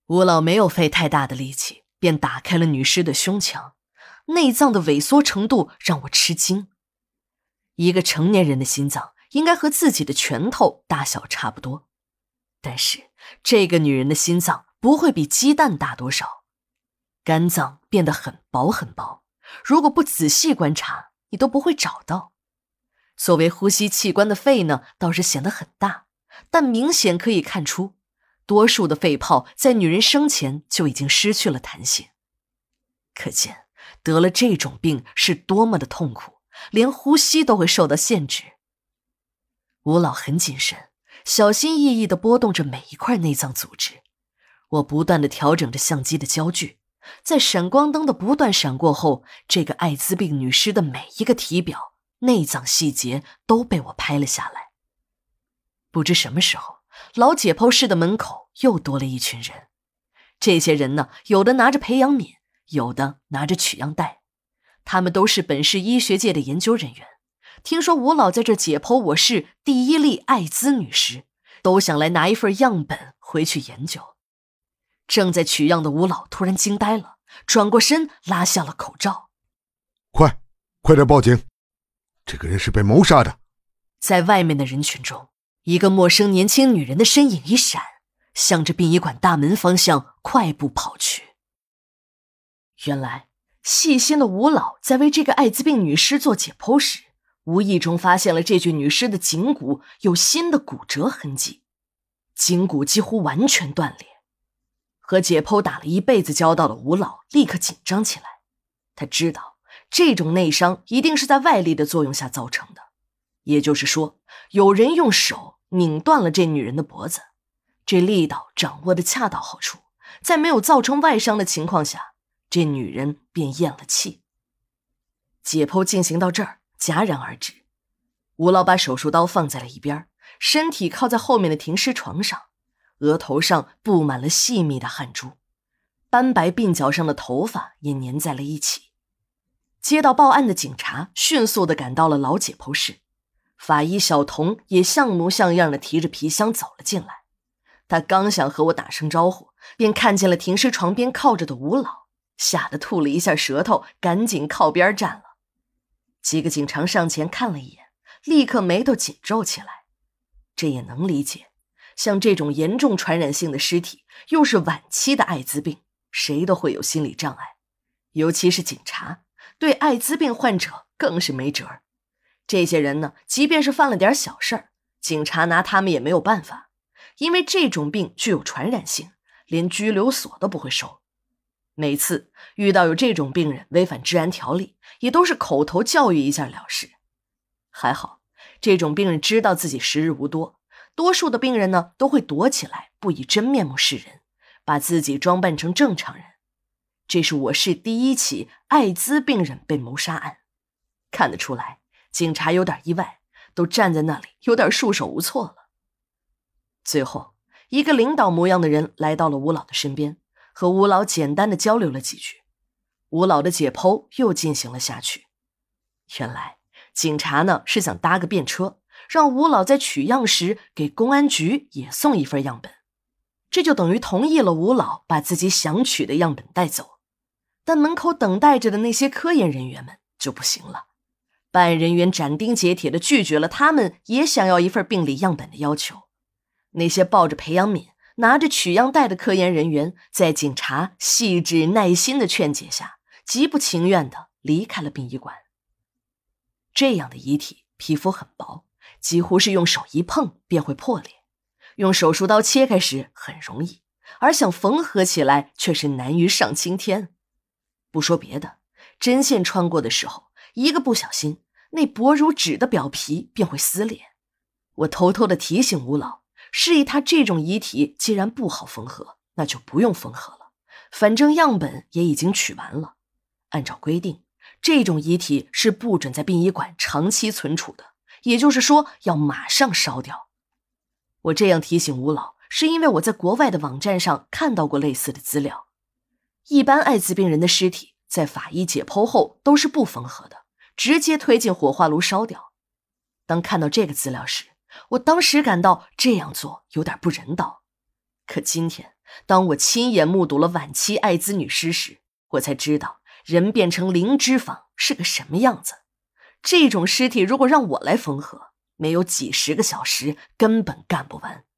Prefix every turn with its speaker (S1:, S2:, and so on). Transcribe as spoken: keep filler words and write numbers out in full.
S1: 吴老没有费太大的力气，便打开了女尸的胸腔，内脏的萎缩程度让我吃惊。一个成年人的心脏应该和自己的拳头大小差不多，但是这个女人的心脏不会比鸡蛋大多少，肝脏变得很薄很薄，如果不仔细观察，你都不会找到。作为呼吸器官的肺呢，倒是显得很大，但明显可以看出，多数的肺泡在女人生前就已经失去了弹性。可见得了这种病是多么的痛苦，连呼吸都会受到限制。吴老很谨慎，小心翼翼地拨动着每一块内脏组织。我不断地调整着相机的焦距，在闪光灯的不断闪过后，这个艾滋病女尸的每一个体表、内脏细节都被我拍了下来。不知什么时候，老解剖室的门口又多了一群人。这些人呢，有的拿着培养皿，有的拿着取样袋，他们都是本市医学界的研究人员。听说吴老在这解剖我市第一例艾滋女尸，都想来拿一份样本回去研究。正在取样的吴老突然惊呆了，转过身拉下了口罩。
S2: 快，快点报警！这个人是被谋杀的。
S1: 在外面的人群中，一个陌生年轻女人的身影一闪，向着殡仪馆大门方向快步跑去。原来，细心的吴老在为这个艾滋病女尸做解剖时，无意中发现了这具女尸的颈骨有新的骨折痕迹，颈骨几乎完全断裂。和解剖打了一辈子交道的吴老立刻紧张起来，他知道这种内伤一定是在外力的作用下造成的，也就是说，有人用手拧断了这女人的脖子，这力道掌握的恰到好处，在没有造成外伤的情况下，这女人便咽了气。解剖进行到这儿戛然而止，吴老把手术刀放在了一边，身体靠在后面的停尸床上，额头上布满了细密的汗珠，斑白鬓角上的头发也粘在了一起。接到报案的警察迅速地赶到了老解剖室，法医小童也像模像样地提着皮箱走了进来。他刚想和我打声招呼，便看见了停尸床边靠着的吴老，吓得吐了一下舌头，赶紧靠边站了。几个警察上前看了一眼，立刻眉头紧皱起来。这也能理解，像这种严重传染性的尸体，又是晚期的艾滋病，谁都会有心理障碍，尤其是警察，对艾滋病患者更是没辙。这些人呢，即便是犯了点小事儿，警察拿他们也没有办法，因为这种病具有传染性，连拘留所都不会收。每次遇到有这种病人违反治安条例，也都是口头教育一下了事。还好，这种病人知道自己时日无多，多数的病人呢都会躲起来，不以真面目示人，把自己装扮成正常人。这是我市第一起艾滋病人被谋杀案，看得出来，警察有点意外，都站在那里有点束手无措了。最后，一个领导模样的人来到了吴老的身边，和吴老简单的交流了几句。吴老的解剖又进行了下去。原来警察呢是想搭个便车，让吴老在取样时给公安局也送一份样本，这就等于同意了吴老把自己想取的样本带走。但门口等待着的那些科研人员们就不行了，办案人员斩钉截铁地拒绝了他们也想要一份病理样本的要求。那些抱着培养皿拿着取样袋的科研人员，在警察细致耐心的劝解下，极不情愿地离开了殡仪馆。这样的遗体皮肤很薄，几乎是用手一碰便会破裂，用手术刀切开时很容易，而想缝合起来却是难于上青天。不说别的，针线穿过的时候，一个不小心，那薄如纸的表皮便会撕裂。我偷偷地提醒吴老，示意他这种遗体既然不好缝合，那就不用缝合了，反正样本也已经取完了。按照规定，这种遗体是不准在殡仪馆长期存储的，也就是说要马上烧掉。我这样提醒吴老，是因为我在国外的网站上看到过类似的资料。一般艾滋病人的尸体在法医解剖后都是不缝合的，直接推进火化炉烧掉。当看到这个资料时，我当时感到这样做有点不人道。可今天当我亲眼目睹了晚期艾滋女尸时，我才知道人变成零脂肪是个什么样子。这种尸体如果让我来缝合，没有几十个小时根本干不完。